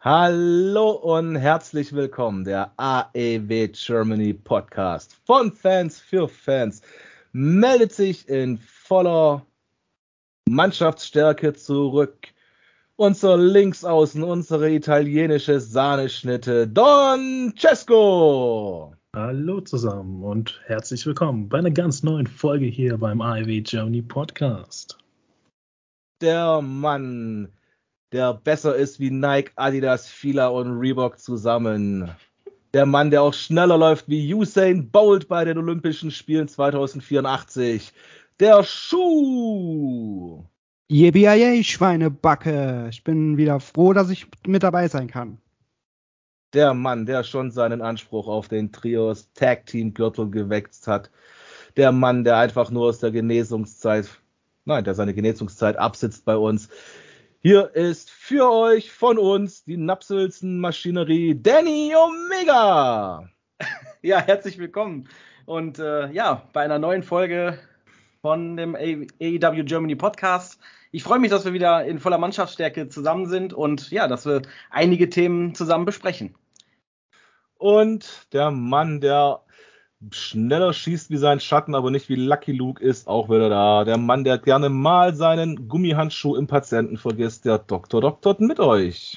Hallo und herzlich willkommen, der AEW Germany Podcast von Fans für Fans meldet sich in voller Mannschaftsstärke zurück. Unser Linksaußen, unsere italienische Sahneschnitte, Don Cesco. Hallo zusammen und herzlich willkommen bei einer ganz neuen Folge hier beim AEW Germany Podcast. Der Mann, der besser ist wie Nike, Adidas, Fila und Reebok zusammen. Der Mann, der auch schneller läuft wie Usain Bolt bei den Olympischen Spielen 2084. Der Schuh. Yippie Schweinebacke. Ich bin wieder froh, dass ich mit dabei sein kann. Der Mann, der schon seinen Anspruch auf den Trios Tag Team Gürtel geweckt hat. Der Mann, der einfach nur aus der der seine Genesungszeit absitzt bei uns. Hier ist für euch von uns die Napselzen-Maschinerie Danny Omega. Ja, herzlich willkommen. Und bei einer neuen Folge von dem AEW Germany Podcast. Ich freue mich, dass wir wieder in voller Mannschaftsstärke zusammen sind und ja, dass wir einige Themen zusammen besprechen. Und der Mann, der schneller schießt wie sein Schatten, aber nicht wie Lucky Luke, ist auch wieder da. Der Mann, der gerne mal seinen Gummihandschuh im Patienten vergisst, der Dr. mit euch.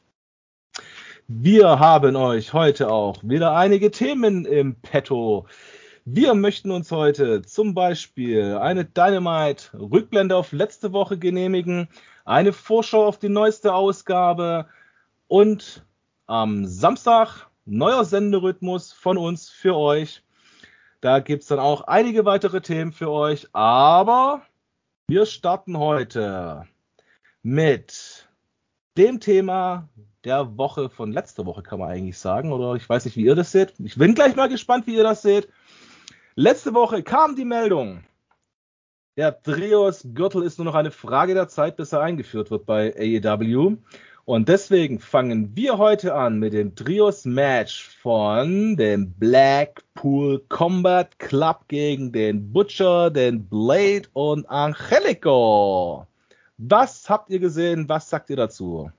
Wir haben euch heute auch wieder einige Themen im Petto. Wir möchten uns heute zum Beispiel eine Dynamite-Rückblende auf letzte Woche genehmigen, eine Vorschau auf die neueste Ausgabe und am Samstag neuer Senderhythmus von uns für euch. Da gibt es dann auch einige weitere Themen für euch, aber wir starten heute mit dem Thema der Woche von letzter Woche, kann man eigentlich sagen, oder ich weiß nicht, wie ihr das seht. Ich bin gleich mal gespannt, wie ihr das seht. Letzte Woche kam die Meldung, der Trios-Gürtel ist nur noch eine Frage der Zeit, bis er eingeführt wird bei AEW. Und deswegen fangen wir heute an mit dem Trios-Match von dem Blackpool Combat Club gegen den Butcher, den Blade und Angelico. Was habt ihr gesehen? Was sagt ihr dazu?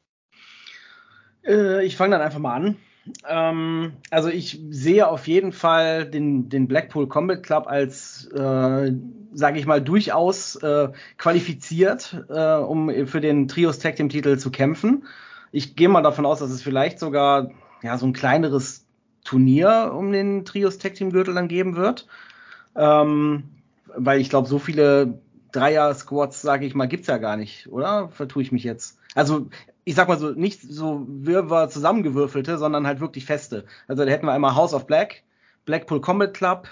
Ich fange dann einfach mal an. Also ich sehe auf jeden Fall den Blackpool Combat Club als, sage ich mal, durchaus qualifiziert, um für den Trios Tag Team Titel zu kämpfen. Ich gehe mal davon aus, dass es vielleicht sogar so ein kleineres Turnier um den Trios Tag Team Gürtel dann geben wird, weil ich glaube, so viele Dreier-Squads, sage ich mal, gibt's ja gar nicht, oder? Vertue ich mich jetzt? Also ich sag mal so, nicht so wirrwarr zusammengewürfelte, sondern halt wirklich feste. Also da hätten wir einmal House of Black, Blackpool Combat Club,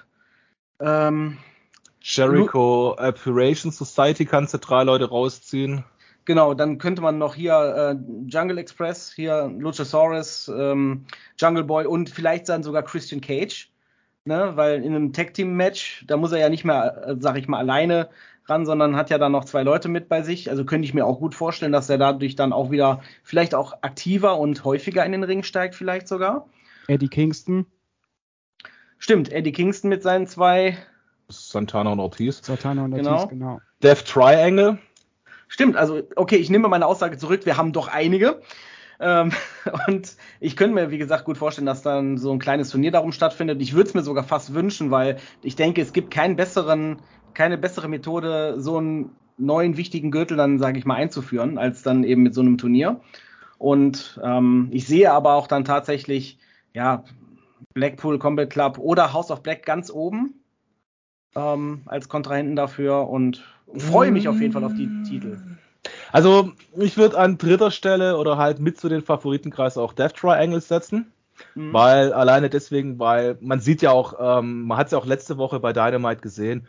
Jericho Operation Society, kannst du 3 Leute rausziehen. Genau, dann könnte man noch hier Jungle Express, hier Luchasaurus, Jungle Boy und vielleicht dann sogar Christian Cage. Ne? Weil in einem Tag-Team-Match, da muss er ja nicht mehr, sag ich mal, alleine ran, sondern hat ja dann noch 2 Leute mit bei sich. Also könnte ich mir auch gut vorstellen, dass er dadurch dann auch wieder vielleicht auch aktiver und häufiger in den Ring steigt, vielleicht sogar. Eddie Kingston. Stimmt, Eddie Kingston mit seinen 2. Santana und Ortiz, genau. Death Triangle. Stimmt, also okay, ich nehme meine Aussage zurück, wir haben doch einige. Und ich könnte mir, wie gesagt, gut vorstellen, dass dann so ein kleines Turnier darum stattfindet. Ich würde es mir sogar fast wünschen, weil ich denke, es gibt keine bessere Methode, so einen neuen wichtigen Gürtel dann, sage ich mal, einzuführen, als dann eben mit so einem Turnier. Und ich sehe aber auch dann tatsächlich, Blackpool Combat Club oder House of Black ganz oben als Kontrahenten dafür und freue mich auf jeden Fall auf die Titel. Also ich würde an 3. Stelle oder halt mit zu den Favoritenkreis auch Death Triangles setzen, weil man sieht ja auch, man hat es ja auch letzte Woche bei Dynamite gesehen,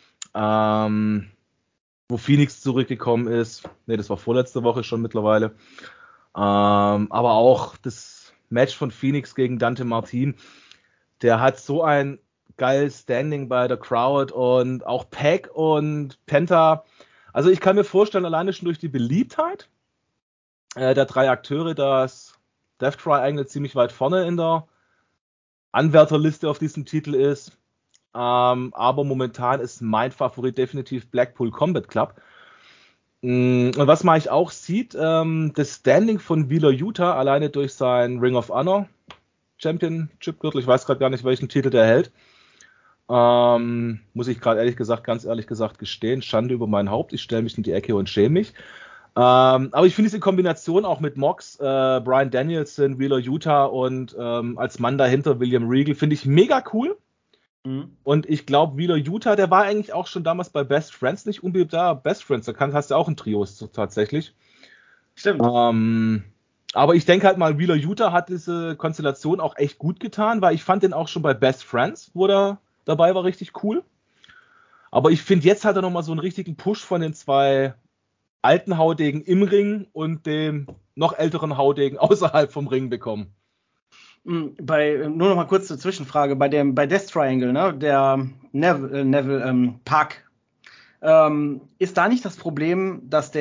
wo Phoenix zurückgekommen ist. Ne, das war vorletzte Woche schon mittlerweile. Aber auch das Match von Phoenix gegen Dante Martin, der hat so ein geiles Standing bei der Crowd und auch Pac und Penta. Also ich kann mir vorstellen, alleine schon durch die Beliebtheit der 3 Akteure, dass Death Triangle ziemlich weit vorne in der Anwärterliste auf diesem Titel ist. Aber momentan ist mein Favorit definitiv Blackpool Combat Club. Und was man eigentlich auch sieht, das Standing von Wheeler Yuta alleine durch sein Ring of Honor Championship-Gürtel, ich weiß gerade gar nicht, welchen Titel der hält, muss ich gerade ganz ehrlich gesagt gestehen, Schande über mein Haupt, ich stelle mich in die Ecke und schäme mich. Aber ich finde diese Kombination auch mit Mox, Bryan Danielson, Wheeler Yuta und als Mann dahinter William Regal, finde ich mega cool. Und ich glaube, Wheeler Yuta, der war eigentlich auch schon damals bei Best Friends nicht unbedingt da. Best Friends, da hast du auch ein Trio tatsächlich. Stimmt. Aber ich denke halt mal, Wheeler Yuta hat diese Konstellation auch echt gut getan, weil ich fand den auch schon bei Best Friends, wo der dabei war, richtig cool. Aber ich finde, jetzt hat er nochmal so einen richtigen Push von den zwei alten Haudegen im Ring und dem noch älteren Haudegen außerhalb vom Ring bekommen. Nur noch mal kurz eine Zwischenfrage, bei Death Triangle, ne, der Neville Park, ist da nicht das Problem, dass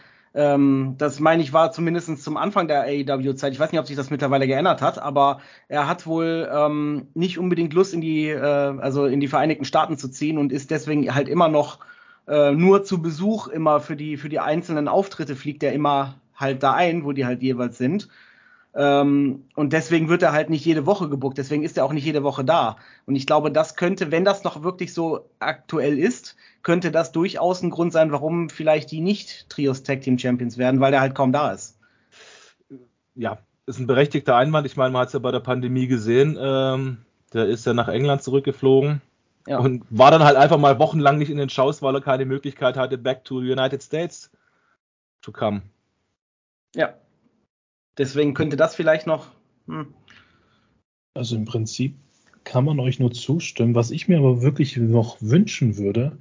das meine ich war zumindest zum Anfang der AEW-Zeit, ich weiß nicht, ob sich das mittlerweile geändert hat, aber er hat wohl nicht unbedingt Lust in die Vereinigten Staaten zu ziehen und ist deswegen halt immer noch nur zu Besuch, immer für die einzelnen Auftritte fliegt er immer halt da ein, wo die halt jeweils sind. Und deswegen wird er halt nicht jede Woche gebuckt, deswegen ist er auch nicht jede Woche da. Und ich glaube, das könnte, wenn das noch wirklich so aktuell ist, könnte das durchaus ein Grund sein, warum vielleicht die nicht Trios Tag Team Champions werden, weil der halt kaum da ist. Ja, ist ein berechtigter Einwand. Ich meine, man hat es ja bei der Pandemie gesehen. Der ist ja nach England zurückgeflogen und war dann halt einfach mal wochenlang nicht in den Shows, weil er keine Möglichkeit hatte, back to the United States to come. Ja. Deswegen könnte das vielleicht noch. Also im Prinzip kann man euch nur zustimmen. Was ich mir aber wirklich noch wünschen würde,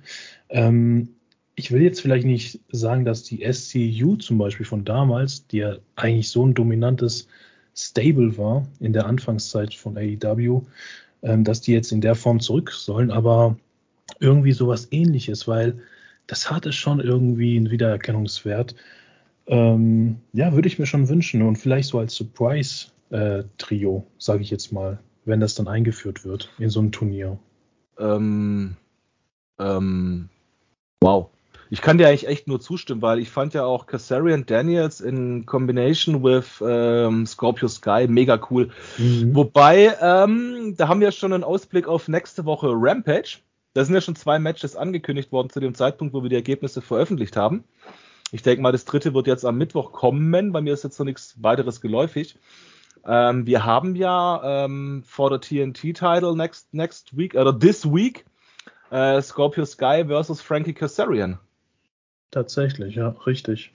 ich will jetzt vielleicht nicht sagen, dass die SCU zum Beispiel von damals, die ja eigentlich so ein dominantes Stable war in der Anfangszeit von AEW, dass die jetzt in der Form zurück sollen, aber irgendwie sowas Ähnliches, weil das hatte schon irgendwie einen Wiedererkennungswert. Würde ich mir schon wünschen und vielleicht so als Surprise-Trio, sage ich jetzt mal, wenn das dann eingeführt wird in so einem Turnier. Wow. Ich kann dir eigentlich echt nur zustimmen, weil ich fand ja auch Kazarian Daniels in Combination with Scorpio Sky mega cool. Wobei, da haben wir schon einen Ausblick auf nächste Woche Rampage. Da sind ja schon 2 Matches angekündigt worden zu dem Zeitpunkt, wo wir die Ergebnisse veröffentlicht haben. Ich denke mal, das 3. wird jetzt am Mittwoch kommen. Bei mir ist jetzt noch nichts weiteres geläufig. Wir haben ja for the TNT-Title next week, oder this week, Scorpio Sky versus Frankie Kazarian. Tatsächlich, ja, richtig.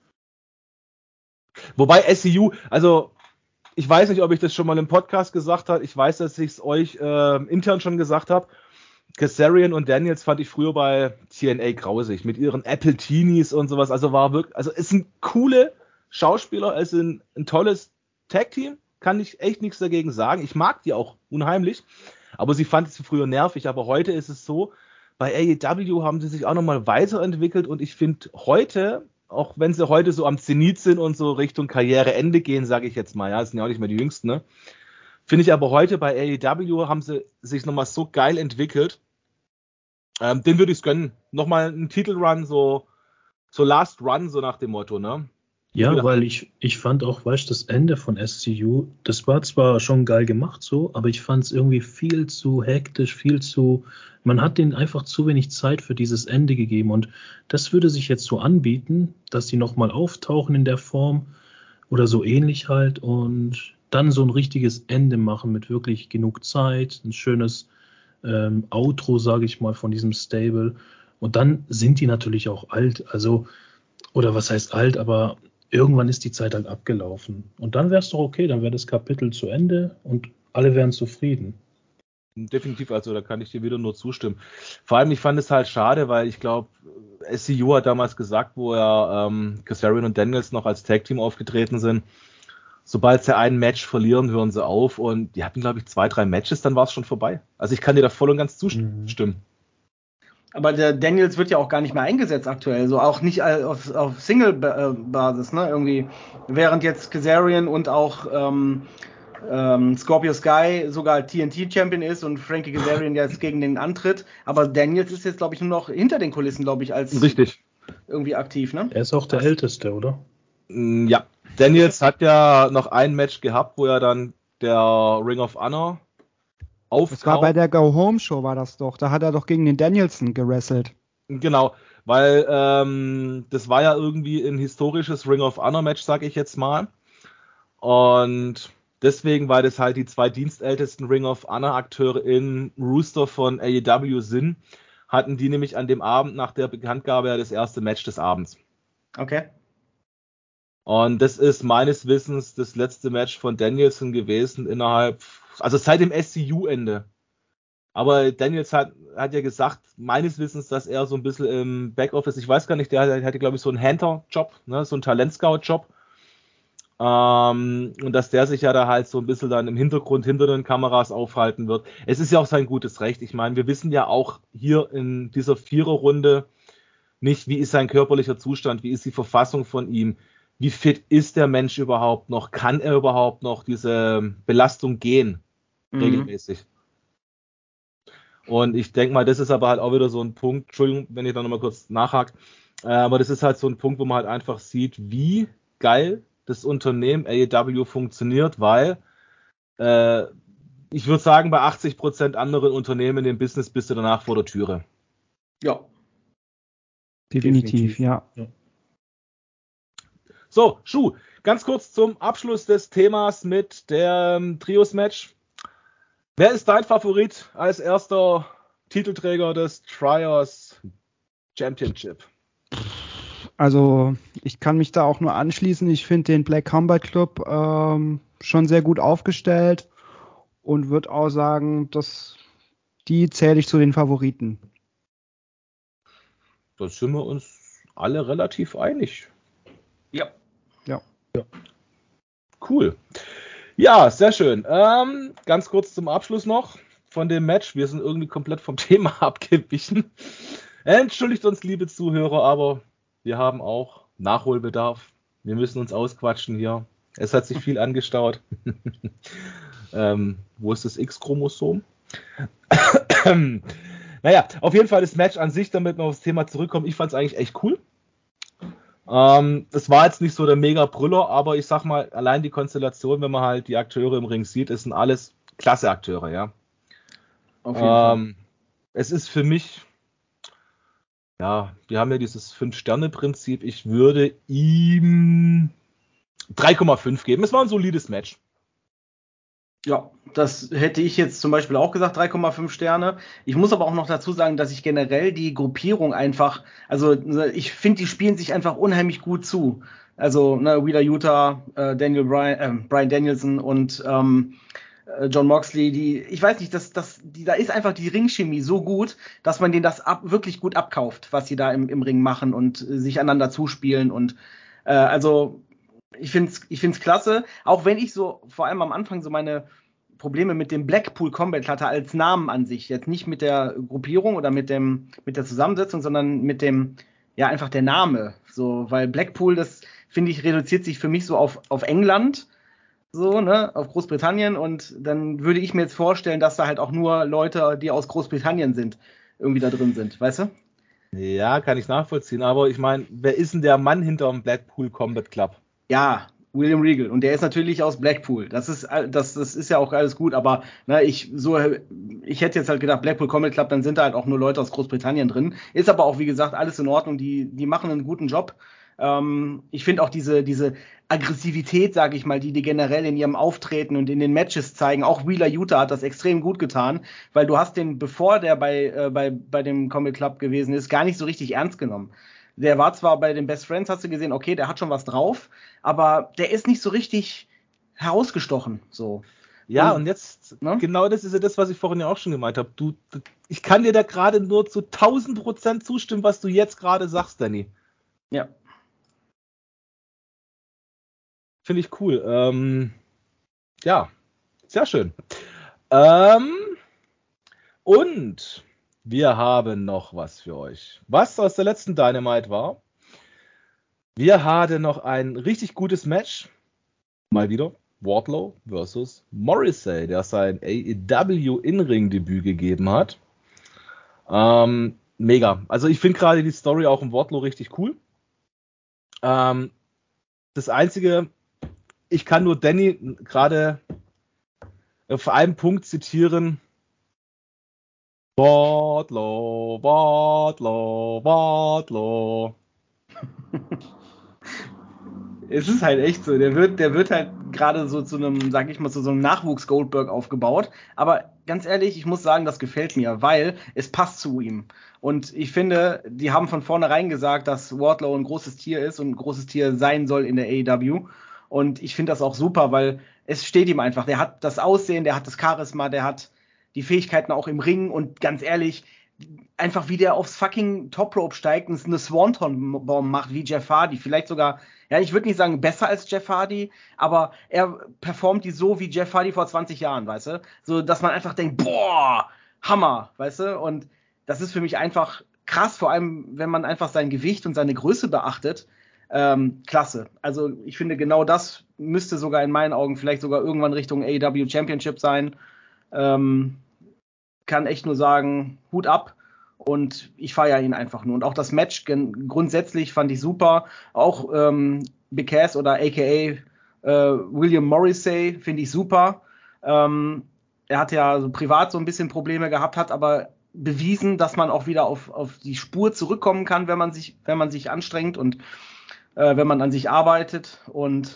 Wobei SCU, also ich weiß nicht, ob ich das schon mal im Podcast gesagt habe. Ich weiß, dass ich es euch intern schon gesagt habe. Kazarian und Daniels fand ich früher bei TNA grausig, mit ihren Apple Teenies und sowas. Also es sind coole Schauspieler, es sind ein tolles Tag-Team, kann ich echt nichts dagegen sagen. Ich mag die auch unheimlich, aber sie fand es früher nervig. Aber heute ist es so, bei AEW haben sie sich auch nochmal weiterentwickelt und ich finde heute, auch wenn sie heute so am Zenit sind und so Richtung Karriereende gehen, sage ich jetzt mal, ja, das sind ja auch nicht mehr die Jüngsten, ne? Finde ich aber heute bei AEW haben sie sich nochmal so geil entwickelt. Den würde ich es gönnen. Nochmal einen Titelrun, so Last Run, so nach dem Motto, ne? Ja, weil ich fand auch, weißt du, das Ende von SCU, das war zwar schon geil gemacht so, aber ich fand es irgendwie viel zu hektisch, man hat denen einfach zu wenig Zeit für dieses Ende gegeben und das würde sich jetzt so anbieten, dass die nochmal auftauchen in der Form oder so ähnlich halt und dann so ein richtiges Ende machen mit wirklich genug Zeit, ein schönes Outro, sage ich mal, von diesem Stable. Und dann sind die natürlich auch alt, also, oder was heißt alt, aber irgendwann ist die Zeit halt abgelaufen. Und dann wäre es doch okay, dann wäre das Kapitel zu Ende und alle wären zufrieden. Definitiv, also da kann ich dir wieder nur zustimmen. Vor allem, ich fand es halt schade, weil ich glaube, SCU hat damals gesagt, wo Kazarian und Daniels noch als Tag-Team aufgetreten sind, sobald sie ein Match verlieren, hören sie auf und die hatten, glaube ich, 2, 3 Matches, dann war es schon vorbei. Also ich kann dir da voll und ganz zustimmen. Aber der Daniels wird ja auch gar nicht mehr eingesetzt aktuell, so auch nicht auf Single-Basis, ne, irgendwie. Während jetzt Kazarian und auch Scorpio Sky sogar TNT-Champion ist und Frankie Kazarian jetzt gegen den antritt, aber Daniels ist jetzt, glaube ich, nur noch hinter den Kulissen, glaube ich, als Richtig. irgendwie aktiv, ne? Er ist auch der Älteste, oder? Ja, Daniels hat ja noch ein Match gehabt, wo er dann der Ring of Honor Das war bei aufkauft. der Go-Home-Show, war das doch. Da hat er doch gegen den Danielson gewrestelt. Genau, weil das war ja irgendwie ein historisches Ring of Honor Match, sag ich jetzt mal. Und deswegen, weil das halt die zwei dienstältesten Ring of Honor Akteure im Rooster von AEW sind, hatten die nämlich an dem Abend nach der Bekanntgabe ja das erste Match des Abends. Okay. Und das ist meines Wissens das letzte Match von Danielson gewesen also seit dem SCU-Ende. Aber Daniels hat ja gesagt, meines Wissens, dass er so ein bisschen im Backoffice, ich weiß gar nicht, der hatte, glaube ich, so einen Hunter-Job, ne, so einen Talentscout-Job. Und dass der sich ja da halt so ein bisschen dann im Hintergrund hinter den Kameras aufhalten wird. Es ist ja auch sein gutes Recht. Ich meine, wir wissen ja auch hier in dieser Viererrunde nicht, wie ist sein körperlicher Zustand, wie ist die Verfassung von ihm, wie fit ist der Mensch überhaupt noch, kann er überhaupt noch diese Belastung gehen, regelmäßig. Und ich denke mal, das ist aber halt auch wieder so ein Punkt, Entschuldigung, wenn ich da nochmal kurz nachhake, aber das ist halt so ein Punkt, wo man halt einfach sieht, wie geil das Unternehmen AEW funktioniert, weil ich würde sagen, bei 80% anderen Unternehmen im Business bist du danach vor der Türe. Ja. Definitiv, ja. So, Schuh, ganz kurz zum Abschluss des Themas mit dem Trios-Match. Wer ist dein Favorit als erster Titelträger des Trios Championship? Also ich kann mich da auch nur anschließen. Ich finde den Black Combat Club schon sehr gut aufgestellt und würde auch sagen, dass die zähle ich zu den Favoriten. Da sind wir uns alle relativ einig. Ja. Cool. Ja, sehr schön. Ganz kurz zum Abschluss noch von dem Match. Wir sind irgendwie komplett vom Thema abgewichen. Entschuldigt uns, liebe Zuhörer, aber wir haben auch Nachholbedarf. Wir müssen uns ausquatschen hier. Es hat sich viel angestaut. Wo ist das X-Chromosom? Naja, auf jeden Fall das Match an sich, damit wir aufs Thema zurückkommen. Ich fand es eigentlich echt cool. Es war jetzt nicht so der Mega-Brüller, aber ich sag mal, allein die Konstellation, wenn man halt die Akteure im Ring sieht, es sind alles klasse Akteure, ja. Auf jeden Fall. Es ist für mich, ja, wir haben ja dieses 5-Sterne-Prinzip, ich würde ihm 3,5 geben. Es war ein solides Match. Ja, das hätte ich jetzt zum Beispiel auch gesagt, 3,5 Sterne. Ich muss aber auch noch dazu sagen, dass ich generell die Gruppierung einfach, also ich finde, die spielen sich einfach unheimlich gut zu. Also Wheeler Yuta, Bryan Danielson und Jon Moxley, ich weiß nicht, da ist einfach die Ringchemie so gut, dass man denen das wirklich gut abkauft, was sie da im Ring machen und sich einander zuspielen und also ich find's klasse, auch wenn ich so vor allem am Anfang so meine Probleme mit dem Blackpool Combat hatte als Namen an sich, jetzt nicht mit der Gruppierung oder mit der Zusammensetzung, sondern mit dem, ja, einfach der Name, so, weil Blackpool, das finde ich, reduziert sich für mich so auf England, so, ne, auf Großbritannien, und dann würde ich mir jetzt vorstellen, dass da halt auch nur Leute, die aus Großbritannien sind, irgendwie da drin sind, weißt du? Ja, kann ich nachvollziehen, aber ich meine, wer ist denn der Mann hinter dem Blackpool Combat Club? Ja, William Regal. Und der ist natürlich aus Blackpool. Das ist ja auch alles gut, aber ich hätte jetzt halt gedacht, Blackpool Combat Club, dann sind da halt auch nur Leute aus Großbritannien drin. Ist aber auch, wie gesagt, alles in Ordnung. Die machen einen guten Job. Ich finde auch diese Aggressivität, sage ich mal, die generell in ihrem Auftreten und in den Matches zeigen. Auch Wheeler Yuta hat das extrem gut getan, weil du hast den, bevor der bei dem Combat Club gewesen ist, gar nicht so richtig ernst genommen. Der war zwar bei den Best Friends, hast du gesehen, okay, der hat schon was drauf, aber der ist nicht so richtig herausgestochen, so. Ja, und jetzt, ne? Genau das ist ja das, was ich vorhin ja auch schon gemeint habe. Ich kann dir da gerade nur zu 1000% zustimmen, was du jetzt gerade sagst, Danny. Ja. Finde ich cool. Ja, sehr schön. Und wir haben noch was für euch. Was aus der letzten Dynamite war, wir hatten noch ein richtig gutes Match. Mal wieder Wardlow versus Morrissey, der sein AEW In-Ring-Debüt gegeben hat. Mega. Also ich finde gerade die Story auch im Wardlow richtig cool. Das Einzige, ich kann nur Danny gerade auf einen Punkt zitieren. Wardlow, Wardlow, Wardlow. Es ist halt echt so, der wird halt gerade so zu einem, sag ich mal, zu so einem Nachwuchs-Goldberg aufgebaut. Aber ganz ehrlich, ich muss sagen, das gefällt mir, weil es passt zu ihm. Und ich finde, die haben von vornherein gesagt, dass Wardlow ein großes Tier ist und ein großes Tier sein soll in der AEW. Und ich finde das auch super, weil es steht ihm einfach. Der hat das Aussehen, der hat das Charisma, der hat die Fähigkeiten auch im Ring. Und ganz ehrlich, einfach wie der aufs fucking Top Rope steigt und eine Swanton-Bomb macht wie Jeff Hardy. Vielleicht sogar, ja, ich würde nicht sagen besser als Jeff Hardy, aber er performt die so wie Jeff Hardy vor 20 Jahren, weißt du? So, dass man einfach denkt, boah, Hammer, weißt du? Und das ist für mich einfach krass, vor allem, wenn man einfach sein Gewicht und seine Größe beachtet. Klasse. Also ich finde, genau das müsste sogar in meinen Augen vielleicht sogar irgendwann Richtung AEW Championship sein. Kann echt nur sagen, Hut ab. Und ich feiere ihn einfach nur. Und auch das Match grundsätzlich fand ich super. Auch Big Cass oder aka William Morrissey finde ich super. Er hat ja so privat so ein bisschen Probleme gehabt, hat aber bewiesen, dass man auch wieder auf die Spur zurückkommen kann, wenn man sich anstrengt und wenn man an sich arbeitet. Und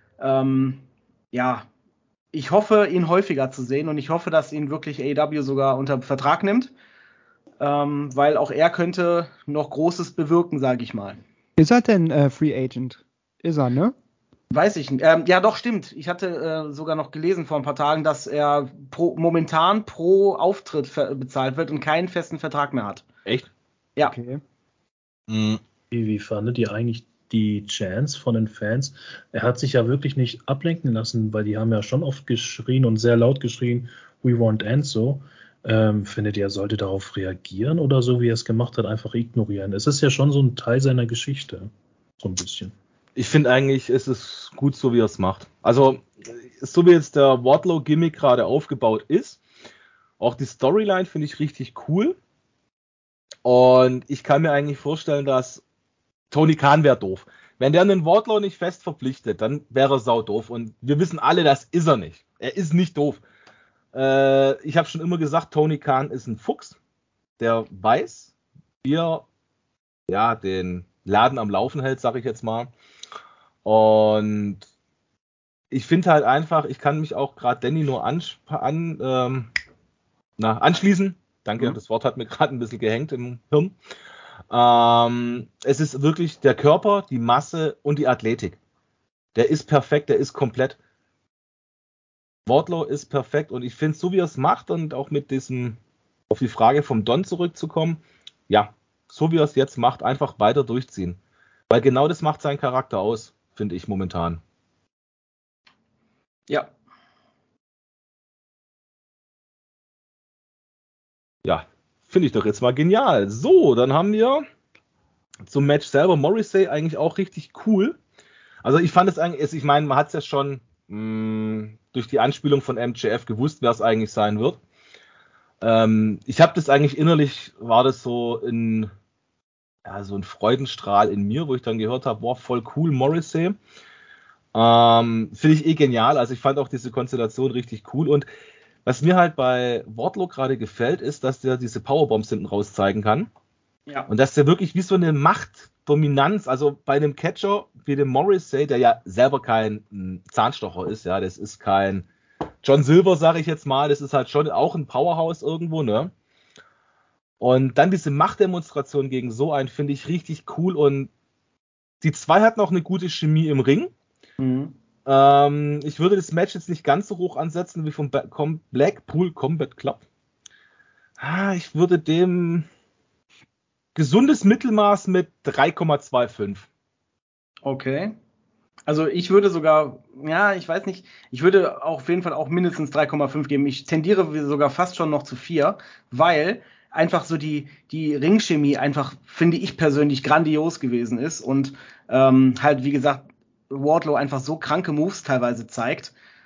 ja, ich hoffe, ihn häufiger zu sehen und ich hoffe, dass ihn wirklich AEW sogar unter Vertrag nimmt, weil auch er könnte noch Großes bewirken, sage ich mal. Ist er denn Free Agent? Ist er, ne? Weiß ich nicht. Ja, doch, stimmt. Ich hatte sogar noch gelesen vor ein paar Tagen, dass er momentan pro Auftritt bezahlt wird und keinen festen Vertrag mehr hat. Echt? Ja. Okay. Wie fandet ihr eigentlich die Chance von den Fans? Er hat sich ja wirklich nicht ablenken lassen, weil die haben ja schon oft geschrien und sehr laut geschrien, we want Enzo. Findet ihr, er sollte darauf reagieren oder so, wie er es gemacht hat, einfach ignorieren? Es ist ja schon so ein Teil seiner Geschichte. So ein bisschen. Ich finde eigentlich, es ist gut, so wie er es macht. Also, so wie jetzt der Wardlow-Gimmick gerade aufgebaut ist, auch die Storyline finde ich richtig cool. Und ich kann mir eigentlich vorstellen, dass Tony Khan wäre doof. Wenn der einen Wardlow nicht fest verpflichtet, dann wäre er saudoof. Und wir wissen alle, das ist er nicht. Er ist nicht doof. Ich habe schon immer gesagt, Tony Khan ist ein Fuchs, der weiß, wie er den Laden am Laufen hält, sage ich jetzt mal. Und ich finde halt einfach, ich kann mich auch gerade Danny nur anschließen. Danke, das Wort hat mir gerade ein bisschen gehängt im Hirn. Es ist wirklich der Körper, die Masse und die Athletik. Der ist perfekt, der ist komplett. Wardlow ist perfekt und ich finde, so wie er es macht und auch mit diesem, auf die Frage vom Don zurückzukommen, ja, so wie er es jetzt macht, einfach weiter durchziehen. Weil genau das macht seinen Charakter aus, finde ich momentan. Ja. Ja, finde ich doch jetzt mal genial. So, dann haben wir zum Match selber Morrissey eigentlich auch richtig cool. Also ich fand es eigentlich, ich meine, man hat es ja schon durch die Anspielung von MJF gewusst, wer es eigentlich sein wird. Ich habe das eigentlich innerlich, war das so so ein Freudenstrahl in mir, wo ich dann gehört habe, boah, voll cool, Morrissey. Finde ich genial. Also ich fand auch diese Konstellation richtig cool. Und was mir halt bei Wardlow gerade gefällt, ist, dass der diese Powerbombs hinten raus zeigen kann. Ja. Und dass der wirklich wie so eine Machtdominanz, also bei einem Catcher wie dem Morrissey, der ja selber kein Zahnstocher ist, ja, das ist kein John Silver, sage ich jetzt mal, das ist halt schon auch ein Powerhouse irgendwo, ne? Und dann diese Machtdemonstration gegen so einen finde ich richtig cool und die zwei hatten auch eine gute Chemie im Ring. Mhm. Ich würde das Match jetzt nicht ganz so hoch ansetzen wie vom Blackpool Combat Club. Ich würde dem gesundes Mittelmaß mit 3,25. Okay. Also ich würde sogar, ja, ich weiß nicht, ich würde auf jeden Fall auch mindestens 3,5 geben. Ich tendiere sogar fast schon noch zu 4, weil einfach so die Ringchemie einfach, finde ich persönlich, grandios gewesen ist und halt, wie gesagt, Wardlow einfach so kranke Moves teilweise zeigt.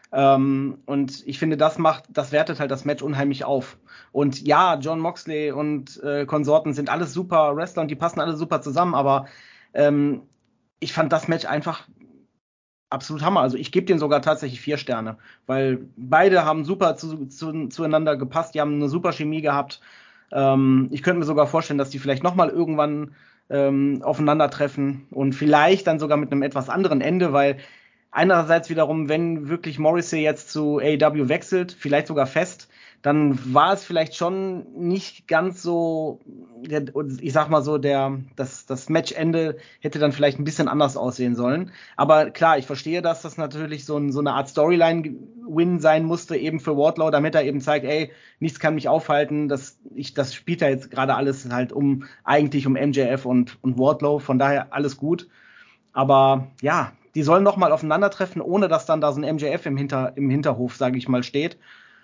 Und ich finde, das wertet halt das Match unheimlich auf. Und ja, Jon Moxley und Konsorten sind alles super Wrestler und die passen alle super zusammen, aber ich fand das Match einfach absolut Hammer. Also ich gebe denen sogar tatsächlich 4 Sterne, weil beide haben super zueinander gepasst, die haben eine super Chemie gehabt. Ich könnte mir sogar vorstellen, dass die vielleicht nochmal irgendwann aufeinandertreffen und vielleicht dann sogar mit einem etwas anderen Ende, weil einerseits wiederum, wenn wirklich Morrissey jetzt zu AEW wechselt, vielleicht sogar fest, dann war es vielleicht schon nicht ganz so, ich sag mal so, das Matchende hätte dann vielleicht ein bisschen anders aussehen sollen. Aber klar, ich verstehe, dass das natürlich so eine Art Storyline-Win sein musste, eben für Wardlow, damit er eben zeigt, ey, nichts kann mich aufhalten, das spielt ja jetzt gerade alles halt eigentlich um MJF und Wardlow, von daher alles gut. Aber ja, die sollen nochmal aufeinandertreffen, ohne dass dann da so ein MJF im Hinterhof, sage ich mal, steht.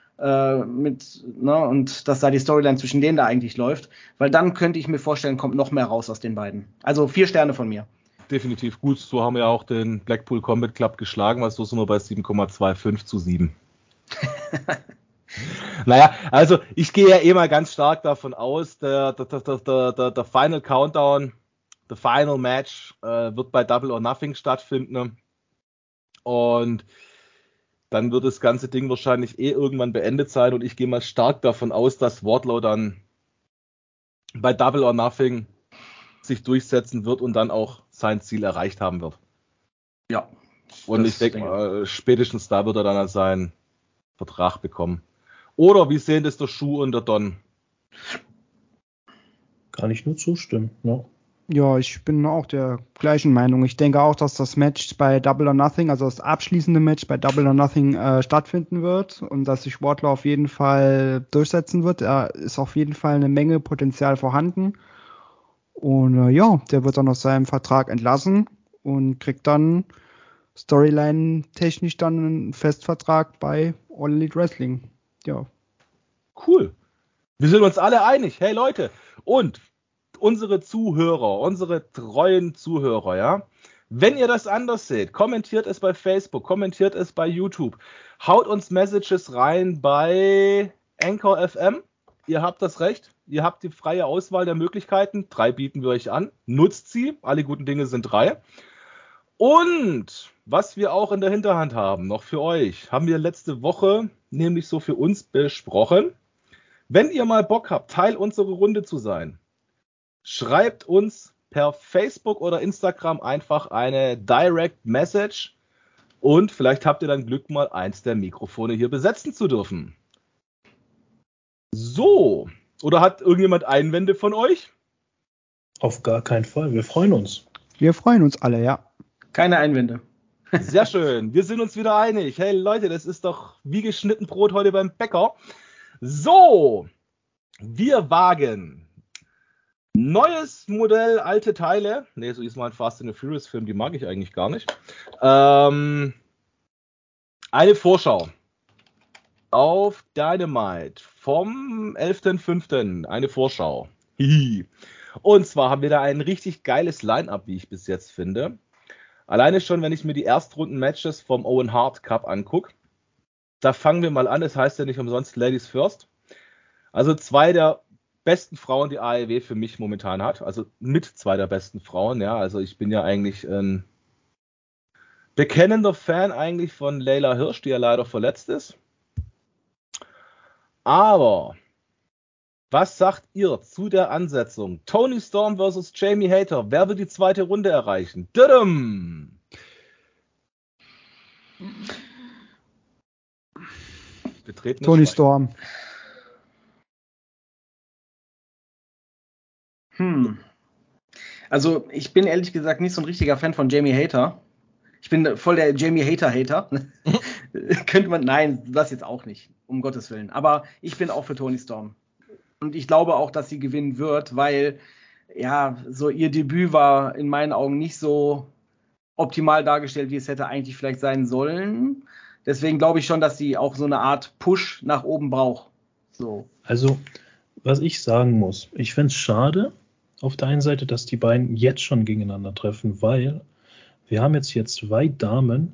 Und dass da die Storyline zwischen denen da eigentlich läuft. Weil dann könnte ich mir vorstellen, kommt noch mehr raus aus den beiden. Also 4 Sterne von mir. Definitiv gut. So haben wir auch den Blackpool Combat Club geschlagen, weil so sind wir bei 7,25/7. Naja, also ich gehe ja eh mal ganz stark davon aus, der Final Countdown, the Final Match wird bei Double or Nothing stattfinden. Und dann wird das ganze Ding wahrscheinlich irgendwann beendet sein. Und ich gehe mal stark davon aus, dass Wardlow dann bei Double or Nothing sich durchsetzen wird und dann auch sein Ziel erreicht haben wird. Ja. Und ich denke mal, spätestens da wird er dann seinen Vertrag bekommen. Oder wie sehen das der Schuh und der Don? Kann ich nur zustimmen, ja. Ja, ich bin auch der gleichen Meinung. Ich denke auch, dass das Match bei Double or Nothing, also das abschließende Match bei Double or Nothing stattfinden wird und dass sich Wardlow auf jeden Fall durchsetzen wird. Da ist auf jeden Fall eine Menge Potenzial vorhanden. Und der wird dann aus seinem Vertrag entlassen und kriegt dann Storyline-technisch dann einen Festvertrag bei All Elite Wrestling. Ja. Cool. Wir sind uns alle einig. Hey Leute, und unsere Zuhörer, unsere treuen Zuhörer, ja, wenn ihr das anders seht, kommentiert es bei Facebook, kommentiert es bei YouTube, haut uns Messages rein bei Anchor FM. Ihr habt das Recht, ihr habt die freie Auswahl der Möglichkeiten. 3 bieten wir euch an. Nutzt sie, alle guten Dinge sind 3. Und was wir auch in der Hinterhand haben, noch für euch, haben wir letzte Woche nämlich so für uns besprochen. Wenn ihr mal Bock habt, Teil unserer Runde zu sein, schreibt uns per Facebook oder Instagram einfach eine Direct Message und vielleicht habt ihr dann Glück, mal eins der Mikrofone hier besetzen zu dürfen. So, oder hat irgendjemand Einwände von euch? Auf gar keinen Fall, wir freuen uns. Wir freuen uns alle, ja. Keine Einwände. Sehr schön, wir sind uns wieder einig. Hey Leute, das ist doch wie geschnitten Brot heute beim Bäcker. So, wir wagen neues Modell, alte Teile. Ne, so ist mal ein Fast and the Furious Film, die mag ich eigentlich gar nicht. Eine Vorschau auf Dynamite vom 11.05. Eine Vorschau. Und zwar haben wir da ein richtig geiles Line-Up, wie ich bis jetzt finde. Alleine schon, wenn ich mir die Erstrunden-Matches vom Owen Hart Cup angucke. Da fangen wir mal an, das heißt ja nicht umsonst Ladies First. Also 2 der besten Frauen, die AEW für mich momentan hat. Also mit 2 der besten Frauen, ja. Also ich bin ja eigentlich ein bekennender Fan eigentlich von Layla Hirsch, die ja leider verletzt ist. Aber was sagt ihr zu der Ansetzung? Toni Storm versus Jamie Hayter. Wer wird die 2. Runde erreichen? Tudum! Toni Storm. Also ich bin ehrlich gesagt nicht so ein richtiger Fan von Jamie Hayter. Ich bin voll der Jamie Hater. Könnte man, nein, das jetzt auch nicht, um Gottes Willen. Aber ich bin auch für Toni Storm. Und ich glaube auch, dass sie gewinnen wird, weil ja, so ihr Debüt war in meinen Augen nicht so optimal dargestellt, wie es hätte eigentlich vielleicht sein sollen. Deswegen glaube ich schon, dass sie auch so eine Art Push nach oben braucht. So. Also, was ich sagen muss, ich fände es schade auf der einen Seite, dass die beiden jetzt schon gegeneinander treffen, weil wir haben jetzt hier 2 Damen,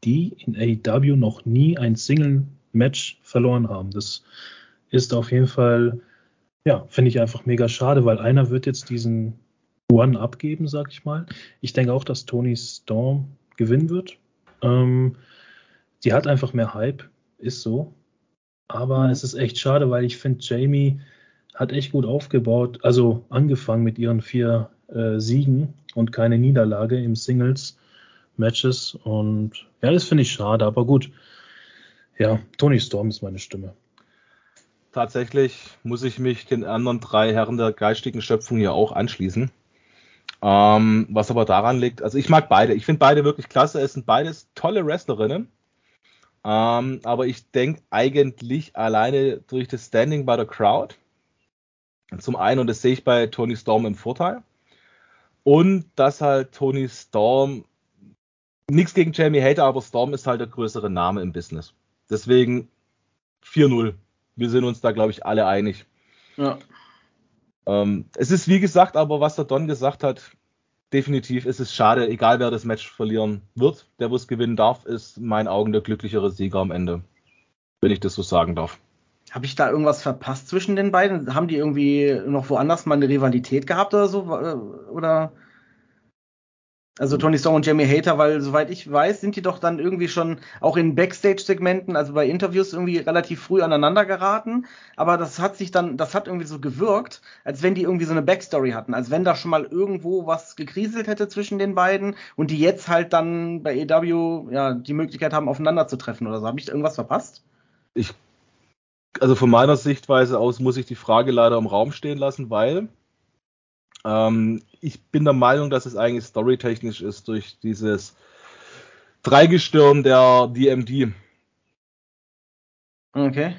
die in AEW noch nie ein Single-Match verloren haben. Das ist auf jeden Fall, ja, finde ich einfach mega schade, weil einer wird jetzt diesen One abgeben, sag ich mal. Ich denke auch, dass Toni Storm gewinnen wird. Die hat einfach mehr Hype, ist so. Aber es ist echt schade, weil ich finde, Jamie hat echt gut aufgebaut, also angefangen mit ihren 4 Siegen und keine Niederlage im Singles-Matches. Und ja, das finde ich schade, aber gut. Ja, Toni Storm ist meine Stimme. Tatsächlich muss ich mich den anderen 3 Herren der geistigen Schöpfung hier auch anschließen. Was aber daran liegt, also ich mag beide. Ich finde beide wirklich klasse. Es sind beides tolle Wrestlerinnen. Aber ich denke eigentlich alleine durch das Standing bei der Crowd. Zum einen, und das sehe ich bei Toni Storm im Vorteil. Und dass halt Toni Storm, nichts gegen Jamie Hayter, aber Storm ist halt der größere Name im Business. Deswegen 4-0. Wir sind uns da, glaube ich, alle einig. Ja. Es ist wie gesagt, aber was der Don gesagt hat, definitiv ist es schade, egal wer das Match verlieren wird. Der, wo es gewinnen darf, ist in meinen Augen der glücklichere Sieger am Ende. Wenn ich das so sagen darf. Habe ich da irgendwas verpasst zwischen den beiden? Haben die irgendwie noch woanders mal eine Rivalität gehabt oder so? Oder? Also Toni Storm und Jamie Hayter, weil soweit ich weiß, sind die doch dann irgendwie schon auch in Backstage-Segmenten, also bei Interviews irgendwie relativ früh aneinander geraten. Aber das hat irgendwie so gewirkt, als wenn die irgendwie so eine Backstory hatten, als wenn da schon mal irgendwo was gekriselt hätte zwischen den beiden und die jetzt halt dann bei AEW ja die Möglichkeit haben, aufeinander zu treffen oder so. Habe ich da irgendwas verpasst? Also von meiner Sichtweise aus muss ich die Frage leider im Raum stehen lassen, weil ich bin der Meinung, dass es eigentlich storytechnisch ist durch dieses Dreigestirn der DMD. Okay.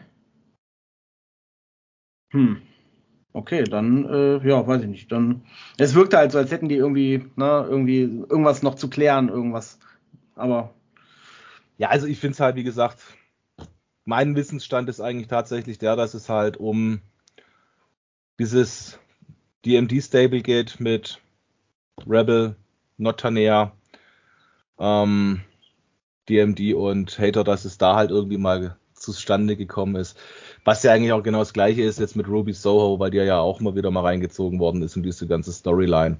Okay, dann, ja, weiß ich nicht. Dann, es wirkte halt so, als hätten die irgendwie irgendwas noch zu klären, irgendwas. Aber. Ja, also ich finde es halt, wie gesagt, mein Wissensstand ist eigentlich tatsächlich der, dass es halt um dieses DMD-Stable geht mit Rebel, Notanea, DMD und Hater, dass es da halt irgendwie mal zustande gekommen ist. Was ja eigentlich auch genau das Gleiche ist jetzt mit Ruby Soho, weil die ja auch mal wieder mal reingezogen worden ist in diese ganze Storyline.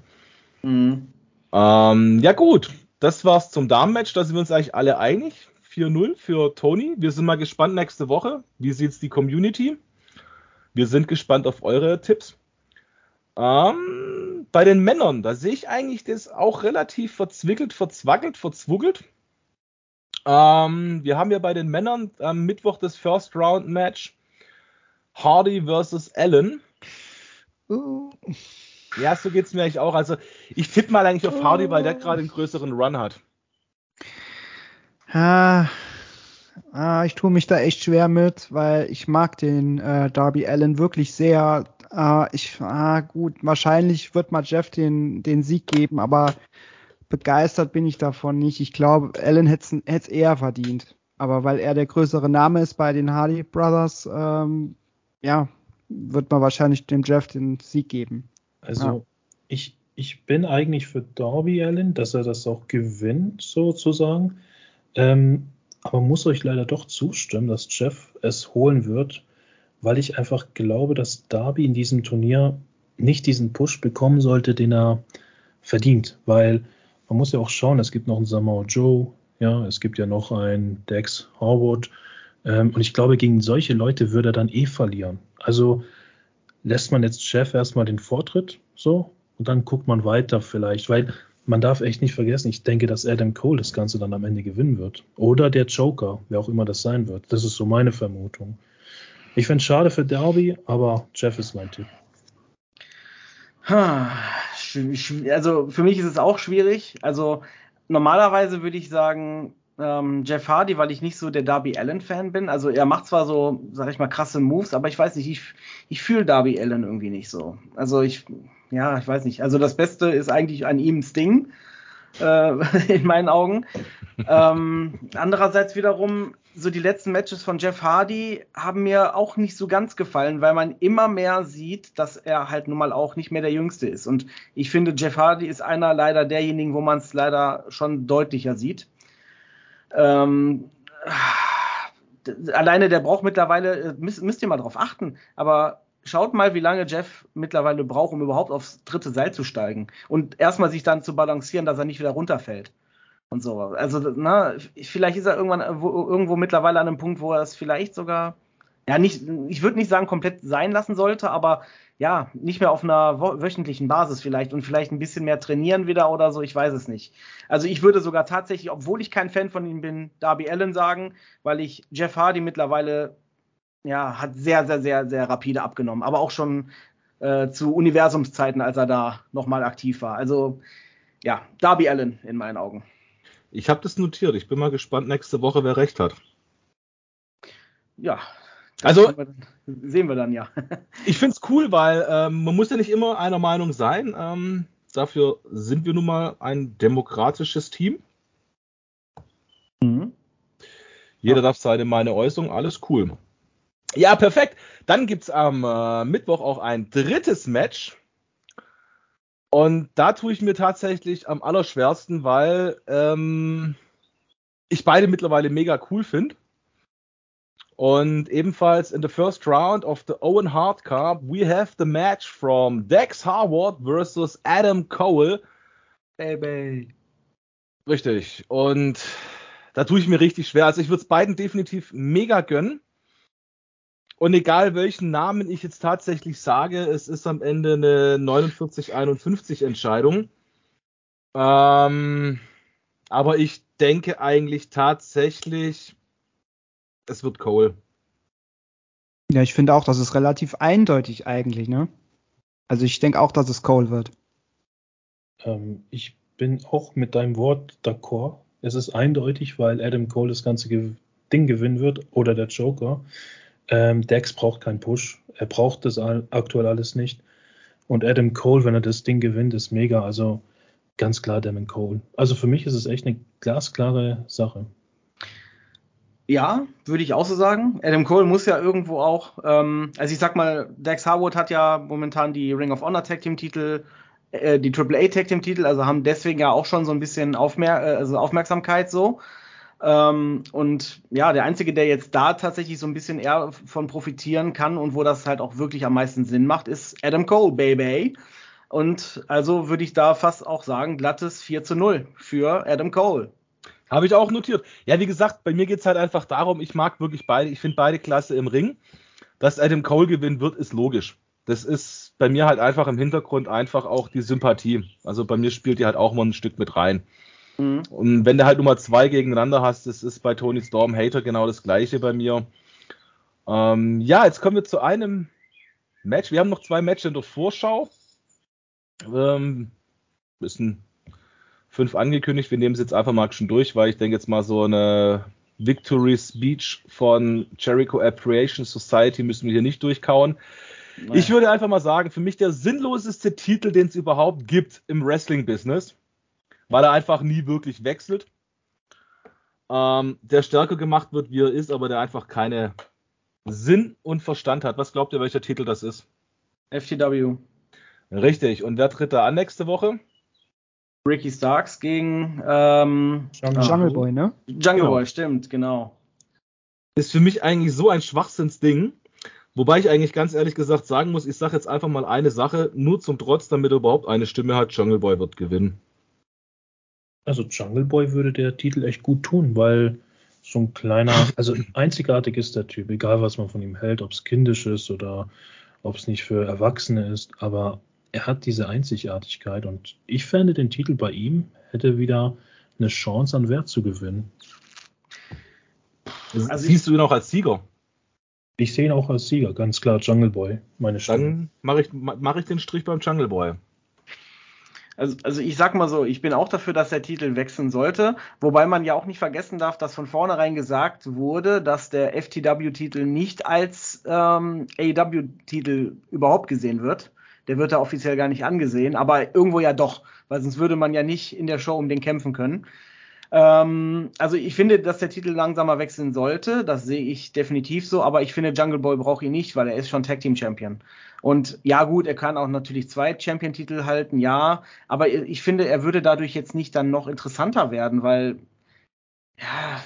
Ja gut, das war's zum Damenmatch. Da sind wir uns eigentlich alle einig. 4-0 für Toni. Wir sind mal gespannt nächste Woche. Wie sieht's die Community? Wir sind gespannt auf eure Tipps. Bei den Männern, da sehe ich eigentlich das auch relativ verzwickelt. Wir haben ja bei den Männern am Mittwoch das First Round Match Hardy versus Allen. Ja, so geht's mir eigentlich auch. Also ich tippe mal eigentlich auf Hardy, weil der gerade einen größeren Run hat. Ich tue mich da echt schwer mit, weil ich mag den Darby Allin wirklich sehr. Gut, wahrscheinlich wird mal Jeff den Sieg geben, aber begeistert bin ich davon nicht. Ich glaube, Allin hätte es eher verdient. Aber weil er der größere Name ist bei den Hardy Brothers, wird man wahrscheinlich dem Jeff den Sieg geben. Also ich bin eigentlich für Darby Allin, dass er das auch gewinnt, sozusagen. Aber muss euch leider doch zustimmen, dass Jeff es holen wird, weil ich einfach glaube, dass Darby in diesem Turnier nicht diesen Push bekommen sollte, den er verdient. Weil man muss ja auch schauen, es gibt noch einen Samoa Joe, ja, es gibt ja noch einen Dax Harwood. Und ich glaube, gegen solche Leute würde er dann verlieren. Also lässt man jetzt Jeff erstmal den Vortritt so und dann guckt man weiter vielleicht, weil man darf echt nicht vergessen, ich denke, dass Adam Cole das Ganze dann am Ende gewinnen wird. Oder der Joker, wer auch immer das sein wird. Das ist so meine Vermutung. Ich finde es schade für Darby, aber Jeff ist mein Tipp. Also für mich ist es auch schwierig. Also normalerweise würde ich sagen Jeff Hardy, weil ich nicht so der Darby Allin-Fan bin. Also er macht zwar so, sag ich mal, krasse Moves, aber ich weiß nicht, ich fühle Darby Allin irgendwie nicht so. Also ich weiß nicht. Also das Beste ist eigentlich an ihm Sting, in meinen Augen. Andererseits wiederum, so die letzten Matches von Jeff Hardy haben mir auch nicht so ganz gefallen, weil man immer mehr sieht, dass er halt nun mal auch nicht mehr der Jüngste ist. Und ich finde, Jeff Hardy ist einer leider derjenigen, wo man es leider schon deutlicher sieht. Alleine der braucht mittlerweile, müsst ihr mal drauf achten, aber schaut mal, wie lange Jeff mittlerweile braucht, um überhaupt aufs dritte Seil zu steigen und erstmal sich dann zu balancieren, dass er nicht wieder runterfällt und so. Also, vielleicht ist er irgendwo mittlerweile an einem Punkt, wo er es vielleicht sogar, ich würde nicht sagen komplett sein lassen sollte, aber ja, nicht mehr auf einer wöchentlichen Basis vielleicht und vielleicht ein bisschen mehr trainieren wieder oder so, ich weiß es nicht. Also ich würde sogar tatsächlich, obwohl ich kein Fan von ihm bin, Darby Allin sagen, weil ich Jeff Hardy mittlerweile, hat sehr, sehr, sehr, sehr rapide abgenommen, aber auch schon zu Universumszeiten, als er da nochmal aktiv war. Also ja, Darby Allin in meinen Augen. Ich habe das notiert, ich bin mal gespannt nächste Woche, wer recht hat. Ja. Also sehen wir dann, ja. Ich finde es cool, weil man muss ja nicht immer einer Meinung sein. Dafür sind wir nun mal ein demokratisches Team. Mhm. Jeder darf seine Meinung äußern, alles cool. Ja, perfekt. Dann gibt es am Mittwoch auch ein drittes Match. Und da tue ich mir tatsächlich am allerschwersten, weil ich beide mittlerweile mega cool finde. Und ebenfalls in the first round of the Owen Hart Cup, we have the match from Dax Harwood versus Adam Cole. Baby. Richtig. Und da tue ich mir richtig schwer. Also ich würde es beiden definitiv mega gönnen. Und egal welchen Namen ich jetzt tatsächlich sage, es ist am Ende eine 49-51 Entscheidung. Aber ich denke eigentlich tatsächlich, es wird Cole. Ja, ich finde auch, das ist relativ eindeutig eigentlich, ne? Also ich denke auch, dass es Cole wird. Ich bin auch mit deinem Wort d'accord. Es ist eindeutig, weil Adam Cole das ganze Ding gewinnen wird oder der Joker. Dax braucht keinen Push. Er braucht das aktuell alles nicht. Und Adam Cole, wenn er das Ding gewinnt, ist mega. Also ganz klar Adam Cole. Also für mich ist es echt eine glasklare Sache. Ja, würde ich auch so sagen. Adam Cole muss ja irgendwo auch, also ich sag mal, Dax Harwood hat ja momentan die Ring of Honor Tag Team Titel, die AAA Tag Team Titel, also haben deswegen ja auch schon so ein bisschen Aufmerksamkeit so. Und ja, der Einzige, der jetzt da tatsächlich so ein bisschen eher von profitieren kann und wo das halt auch wirklich am meisten Sinn macht, ist Adam Cole, Baby. Und also würde ich da fast auch sagen, glattes 4:0 für Adam Cole. Habe ich auch notiert. Ja, wie gesagt, bei mir geht es halt einfach darum, ich mag wirklich beide, ich finde beide klasse im Ring. Dass Adam Cole gewinnen wird, ist logisch. Das ist bei mir halt einfach im Hintergrund einfach auch die Sympathie. Also bei mir spielt die halt auch mal ein Stück mit rein. Mhm. Und wenn du halt Nummer 2 gegeneinander hast, das ist bei Tony Storm Hater genau das gleiche bei mir. Jetzt kommen wir zu einem Match. Wir haben noch 2 Matches in der Vorschau. Müssen 5 angekündigt. Wir nehmen es jetzt einfach mal schon durch, weil ich denke jetzt mal so eine Victory Speech von Jericho Appreciation Society müssen wir hier nicht durchkauen. Nein. Ich würde einfach mal sagen, für mich der sinnloseste Titel, den es überhaupt gibt im Wrestling-Business, weil er einfach nie wirklich wechselt. Der stärker gemacht wird, wie er ist, aber der einfach keine Sinn und Verstand hat. Was glaubt ihr, welcher Titel das ist? FTW. Richtig. Und wer tritt da an nächste Woche? Ricky Starks gegen Jungle Boy, ne? Jungle Boy, stimmt, genau. Ist für mich eigentlich so ein Schwachsinnsding, wobei ich eigentlich ganz ehrlich gesagt sagen muss, ich sage jetzt einfach mal eine Sache, nur zum Trotz, damit er überhaupt eine Stimme hat, Jungle Boy wird gewinnen. Also Jungle Boy würde der Titel echt gut tun, weil so ein kleiner, also einzigartig ist der Typ, egal was man von ihm hält, ob es kindisch ist oder ob es nicht für Erwachsene ist, aber er hat diese Einzigartigkeit und ich fände den Titel bei ihm hätte wieder eine Chance an Wert zu gewinnen. Also siehst du ihn auch als Sieger? Ich sehe ihn auch als Sieger, ganz klar, Jungle Boy, meine Stimme. Dann mach ich den Strich beim Jungle Boy. Also ich sag mal so, ich bin auch dafür, dass der Titel wechseln sollte, wobei man ja auch nicht vergessen darf, dass von vornherein gesagt wurde, dass der FTW-Titel nicht als AEW-Titel überhaupt gesehen wird. Der wird da offiziell gar nicht angesehen, aber irgendwo ja doch, weil sonst würde man ja nicht in der Show um den kämpfen können. Also ich finde, dass der Titel langsamer wechseln sollte, das sehe ich definitiv so, aber ich finde, Jungle Boy braucht ihn nicht, weil er ist schon Tag Team Champion. Und ja gut, er kann auch natürlich 2 Champion-Titel halten, ja, aber ich finde, er würde dadurch jetzt nicht dann noch interessanter werden, weil Ja,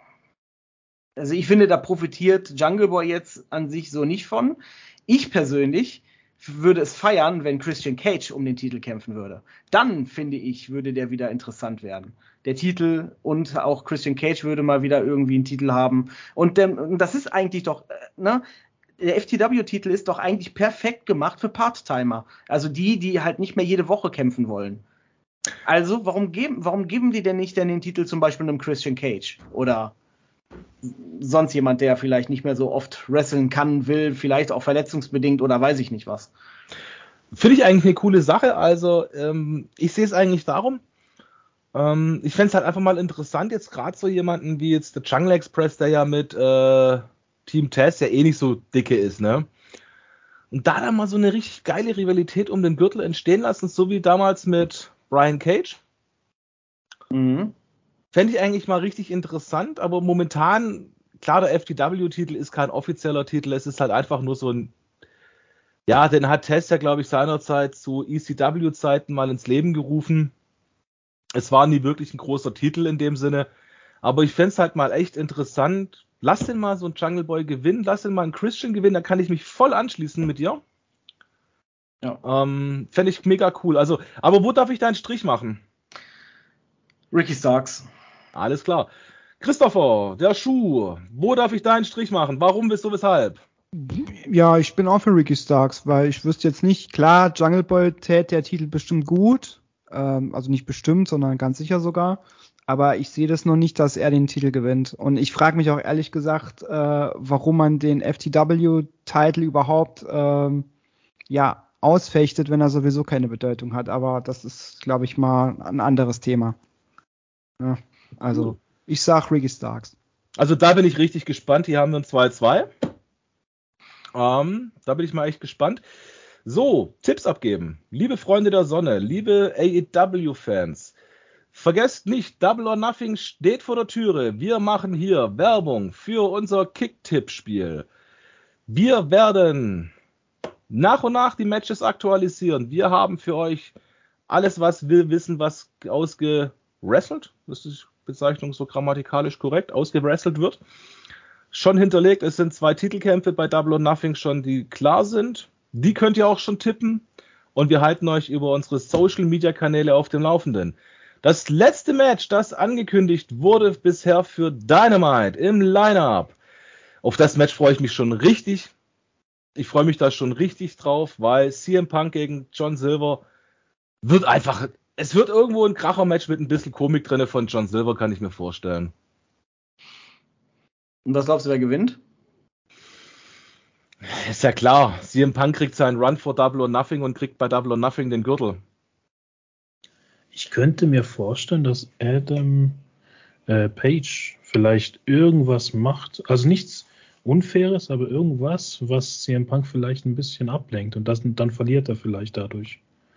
also ich finde, da profitiert Jungle Boy jetzt an sich so nicht von. Ich persönlich würde es feiern, wenn Christian Cage um den Titel kämpfen würde. Dann, finde ich, würde der wieder interessant werden. Der Titel und auch Christian Cage würde mal wieder irgendwie einen Titel haben. Und das ist eigentlich doch, ne? Der FTW-Titel ist doch eigentlich perfekt gemacht für Part-Timer. Also die halt nicht mehr jede Woche kämpfen wollen. Also, warum geben die denn nicht den Titel zum Beispiel einem Christian Cage? Oder sonst jemand, der vielleicht nicht mehr so oft wresteln kann, will, vielleicht auch verletzungsbedingt oder weiß ich nicht was. Finde ich eigentlich eine coole Sache. Also, ich sehe es eigentlich darum, ich fände es halt einfach mal interessant, jetzt gerade so jemanden wie jetzt der Jungle Express, der ja mit Team Taz ja eh nicht so dicke ist, ne? Und da dann mal so eine richtig geile Rivalität um den Gürtel entstehen lassen, so wie damals mit Brian Cage. Mhm. Fände ich eigentlich mal richtig interessant, aber momentan, klar, der FTW-Titel ist kein offizieller Titel, es ist halt einfach nur so ein, ja, den hat Tess ja, glaube ich, seinerzeit zu ECW-Zeiten mal ins Leben gerufen. Es war nie wirklich ein großer Titel in dem Sinne, aber ich fände es halt mal echt interessant. Lass den mal so einen Jungle Boy gewinnen, lass den mal einen Christian gewinnen, dann kann ich mich voll anschließen mit dir. Ja. Fände ich mega cool. Also, aber wo darf ich deinen Strich machen? Ricky Starks. Alles klar. Christopher, der Schuh, wo darf ich deinen Strich machen? Warum, wieso, weshalb? Ja, ich bin auch für Ricky Starks, weil ich wüsste jetzt nicht, klar, Jungle Boy täte der Titel bestimmt gut. Also nicht bestimmt, sondern ganz sicher sogar. Aber ich sehe das noch nicht, dass er den Titel gewinnt. Und ich frage mich auch ehrlich gesagt, warum man den FTW-Titel überhaupt ausfechtet, wenn er sowieso keine Bedeutung hat. Aber das ist, glaube ich, mal ein anderes Thema. Ja, also, ich sag Ricky Starks. Also da bin ich richtig gespannt. Hier haben wir ein 2-2. Da bin ich mal echt gespannt. So, Tipps abgeben. Liebe Freunde der Sonne, liebe AEW-Fans, vergesst nicht, Double or Nothing steht vor der Türe. Wir machen hier Werbung für unser Kick-Tipp-Spiel. Wir werden nach und nach die Matches aktualisieren. Wir haben für euch alles, was wir wissen, was ausgewrestelt, das ist die Bezeichnung so grammatikalisch korrekt, ausgewrestelt wird, schon hinterlegt. Es sind 2 Titelkämpfe bei Double or Nothing schon, die klar sind. Die könnt ihr auch schon tippen und wir halten euch über unsere Social-Media-Kanäle auf dem Laufenden. Das letzte Match, das angekündigt wurde bisher für Dynamite im Line-Up. Auf das Match freue ich mich schon richtig. Ich freue mich da schon richtig drauf, weil CM Punk gegen John Silver wird einfach, es wird irgendwo ein Kracher-Match mit ein bisschen Komik drin von John Silver, kann ich mir vorstellen. Und was glaubst du, wer gewinnt? Ist ja klar, CM Punk kriegt seinen Run vor Double or Nothing und kriegt bei Double or Nothing den Gürtel. Ich könnte mir vorstellen, dass Adam Page vielleicht irgendwas macht, also nichts Unfaires, aber irgendwas, was CM Punk vielleicht ein bisschen ablenkt und dann verliert er vielleicht dadurch.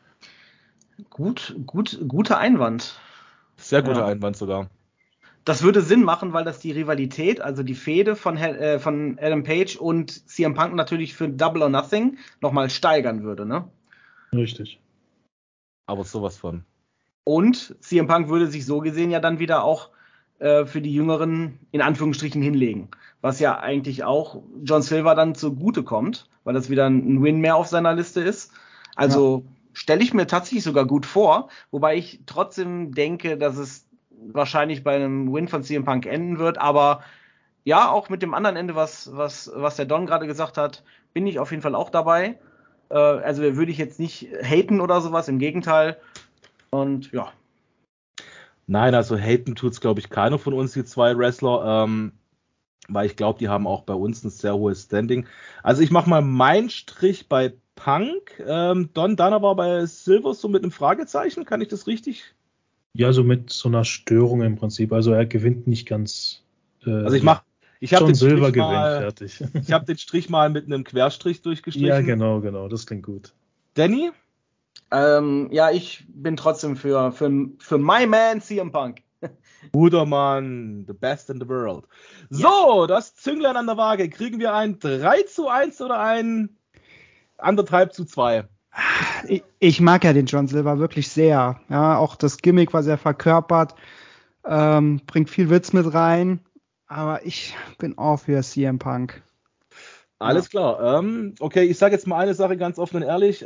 Guter Einwand. Sehr guter Einwand sogar. Das würde Sinn machen, weil das die Rivalität, also die Fehde von Adam Page und CM Punk natürlich für Double or Nothing nochmal steigern würde, ne? Richtig. Aber sowas von. Und CM Punk würde sich so gesehen ja dann wieder auch für die Jüngeren in Anführungsstrichen hinlegen. Was ja eigentlich auch John Silver dann zugute kommt, weil das wieder ein Win mehr auf seiner Liste ist. Also stelle ich mir tatsächlich sogar gut vor, wobei ich trotzdem denke, dass es wahrscheinlich bei einem Win von CM Punk enden wird, aber ja, auch mit dem anderen Ende, was der Don gerade gesagt hat, bin ich auf jeden Fall auch dabei. Also würde ich jetzt nicht haten oder sowas, im Gegenteil. Und ja. Nein, also haten tut's, glaube ich, keiner von uns, die 2 Wrestler, weil ich glaube, die haben auch bei uns ein sehr hohes Standing. Also ich mache mal meinen Strich bei Punk. Don, deiner war bei Silver so mit einem Fragezeichen, kann ich das richtig? Ja, so mit so einer Störung im Prinzip. Also er gewinnt nicht ganz. Also ich habe John den Silver Strich gewinnt, mal, fertig. Ich habe den Strich mal mit einem Querstrich durchgestrichen. Ja, genau, das klingt gut. Danny? Ja, ich bin trotzdem für my man CM Punk. Guter Mann, the best in the world. So, das Zünglein an der Waage. Kriegen wir ein 3:1 oder ein 1,5:2? Ich mag ja den John Silver wirklich sehr. Ja, auch das Gimmick, was er verkörpert. bringt viel Witz mit rein, aber ich bin auch für CM Punk. Alles klar. Okay, ich sage jetzt mal eine Sache ganz offen und ehrlich.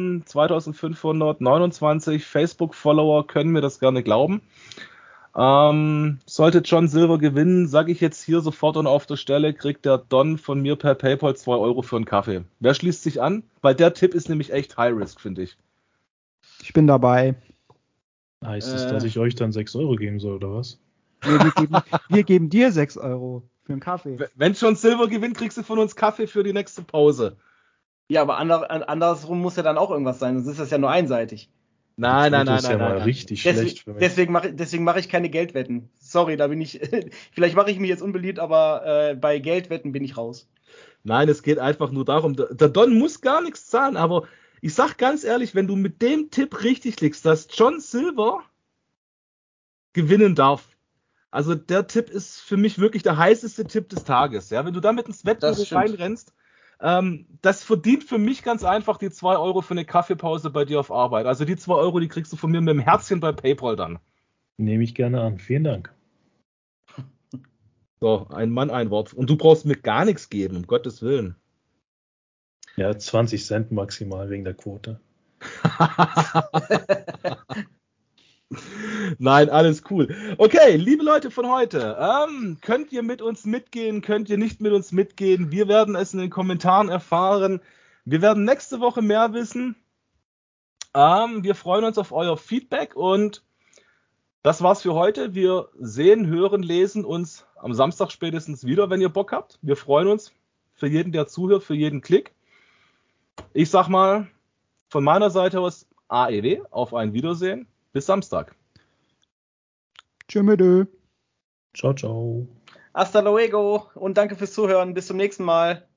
2529 Facebook-Follower können mir das gerne glauben. Sollte John Silver gewinnen, sage ich jetzt hier sofort und auf der Stelle, kriegt der Don von mir per PayPal 2 Euro für einen Kaffee. Wer schließt sich an? Weil der Tipp ist nämlich echt High Risk, finde ich. Ich bin dabei. Heißt es, dass ich euch dann 6 Euro geben soll, oder was? Nee, wir geben dir 6 Euro für einen Kaffee. Wenn John Silver gewinnt, kriegst du von uns Kaffee für die nächste Pause. Ja, aber andersrum muss ja dann auch irgendwas sein, sonst ist das ja nur einseitig. Nein. Das ist ja mal richtig schlecht für mich. Deswegen mache ich keine Geldwetten. Sorry, da bin ich. Vielleicht mache ich mich jetzt unbeliebt, aber bei Geldwetten bin ich raus. Nein, es geht einfach nur darum, der Don muss gar nichts zahlen, aber ich sag ganz ehrlich, wenn du mit dem Tipp richtig liegst, dass John Silver gewinnen darf, also der Tipp ist für mich wirklich der heißeste Tipp des Tages. Ja, wenn du damit ins Wettbüro reinrennst, das verdient für mich ganz einfach die 2 Euro für eine Kaffeepause bei dir auf Arbeit. Also die 2 Euro, die kriegst du von mir mit dem Herzchen bei PayPal dann. Nehme ich gerne an. Vielen Dank. So, ein Mann, ein Wort. Und du brauchst mir gar nichts geben, um Gottes Willen. Ja, 20 Cent maximal wegen der Quote. Nein, alles cool. Okay, liebe Leute von heute, könnt ihr mit uns mitgehen, könnt ihr nicht mit uns mitgehen? Wir werden es in den Kommentaren erfahren. Wir werden nächste Woche mehr wissen. Wir freuen uns auf euer Feedback und das war's für heute. Wir sehen, hören, lesen uns am Samstag spätestens wieder, wenn ihr Bock habt. Wir freuen uns für jeden, der zuhört, für jeden Klick. Ich sag mal, von meiner Seite aus AEW, auf ein Wiedersehen. Bis Samstag. Tschüss. Ciao, ciao. Hasta luego und danke fürs Zuhören. Bis zum nächsten Mal.